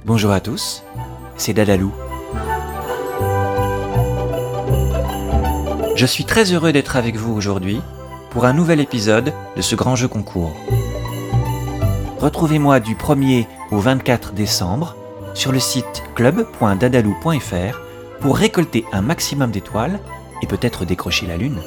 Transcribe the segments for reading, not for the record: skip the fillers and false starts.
Bonjour à tous, c'est Dadalou. Je suis très heureux d'être avec vous aujourd'hui pour un nouvel épisode de ce grand jeu concours. Retrouvez-moi du 1er au 24 décembre sur le site club.dadalou.fr pour récolter un maximum d'étoiles et peut-être décrocher la lune.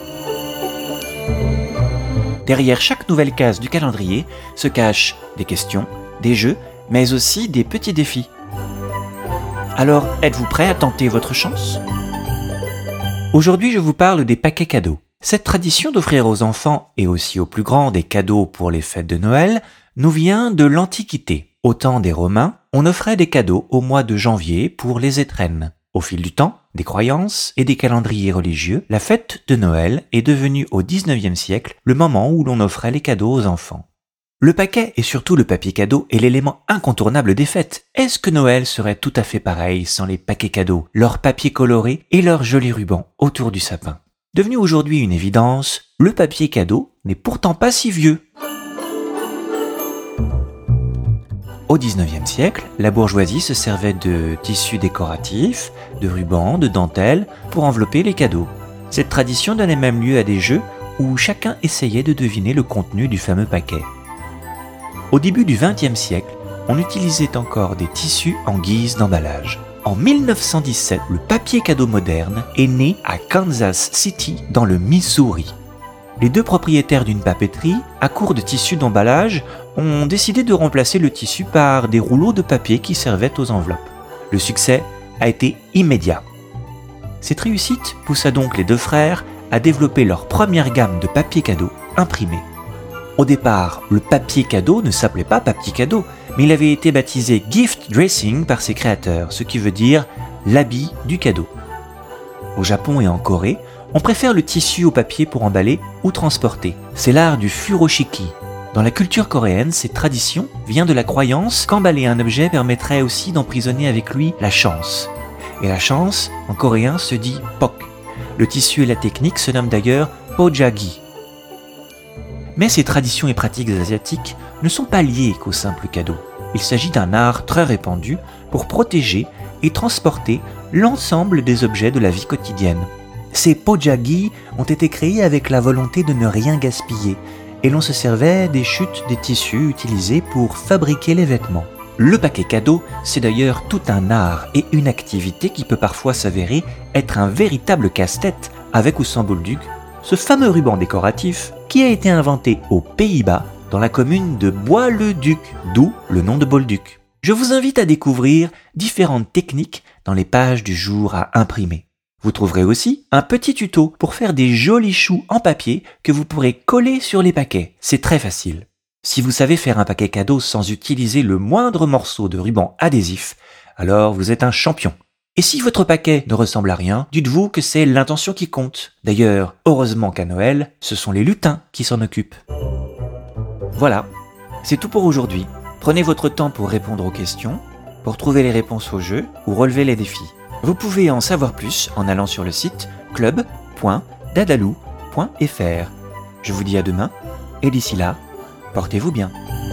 Derrière chaque nouvelle case du calendrier se cachent des questions, des jeux, mais aussi des petits défis. Alors, êtes-vous prêts à tenter votre chance ? Aujourd'hui, je vous parle des paquets cadeaux. Cette tradition d'offrir aux enfants et aussi aux plus grands des cadeaux pour les fêtes de Noël nous vient de l'Antiquité. Au temps des Romains, on offrait des cadeaux au mois de janvier pour les étrennes. Au fil du temps, des croyances et des calendriers religieux, la fête de Noël est devenue au XIXe siècle le moment où l'on offrait les cadeaux aux enfants. Le paquet et surtout le papier cadeau est l'élément incontournable des fêtes. Est-ce que Noël serait tout à fait pareil sans les paquets cadeaux, leurs papiers colorés et leurs jolis rubans autour du sapin ? Devenu aujourd'hui une évidence, le papier cadeau n'est pourtant pas si vieux. Au XIXe siècle, la bourgeoisie se servait de tissus décoratifs, de rubans, de dentelles pour envelopper les cadeaux. Cette tradition donnait même lieu à des jeux où chacun essayait de deviner le contenu du fameux paquet. Au début du XXe siècle, on utilisait encore des tissus en guise d'emballage. En 1917, le papier cadeau moderne est né à Kansas City, dans le Missouri. Les deux propriétaires d'une papeterie, à court de tissus d'emballage, ont décidé de remplacer le tissu par des rouleaux de papier qui servaient aux enveloppes. Le succès a été immédiat. Cette réussite poussa donc les deux frères à développer leur première gamme de papier cadeau imprimé. Au départ, le papier cadeau ne s'appelait pas papier cadeau, mais il avait été baptisé gift dressing par ses créateurs, ce qui veut dire l'habit du cadeau. Au Japon et en Corée, on préfère le tissu au papier pour emballer ou transporter. C'est l'art du furoshiki. Dans la culture coréenne, cette tradition vient de la croyance qu'emballer un objet permettrait aussi d'emprisonner avec lui la chance. Et la chance, en coréen, se dit pok. Le tissu et la technique se nomment d'ailleurs pojagi. Mais ces traditions et pratiques asiatiques ne sont pas liées qu'au simple cadeau. Il s'agit d'un art très répandu pour protéger et transporter l'ensemble des objets de la vie quotidienne. Ces pojagi ont été créés avec la volonté de ne rien gaspiller et l'on se servait des chutes des tissus utilisés pour fabriquer les vêtements. Le paquet cadeau, c'est d'ailleurs tout un art et une activité qui peut parfois s'avérer être un véritable casse-tête avec ou sans bolduc, ce fameux ruban décoratif qui a été inventé aux Pays-Bas dans la commune de Bois-le-Duc, d'où le nom de bolduc. Je vous invite à découvrir différentes techniques dans les pages du jour à imprimer. Vous trouverez aussi un petit tuto pour faire des jolis choux en papier que vous pourrez coller sur les paquets. C'est très facile. Si vous savez faire un paquet cadeau sans utiliser le moindre morceau de ruban adhésif, alors vous êtes un champion. Et si votre paquet ne ressemble à rien, dites-vous que c'est l'intention qui compte. D'ailleurs, heureusement qu'à Noël, ce sont les lutins qui s'en occupent. Voilà, c'est tout pour aujourd'hui. Prenez votre temps pour répondre aux questions, pour trouver les réponses aux jeux ou relever les défis. Vous pouvez en savoir plus en allant sur le site club.dadalou.fr. Je vous dis à demain, et d'ici là, portez-vous bien.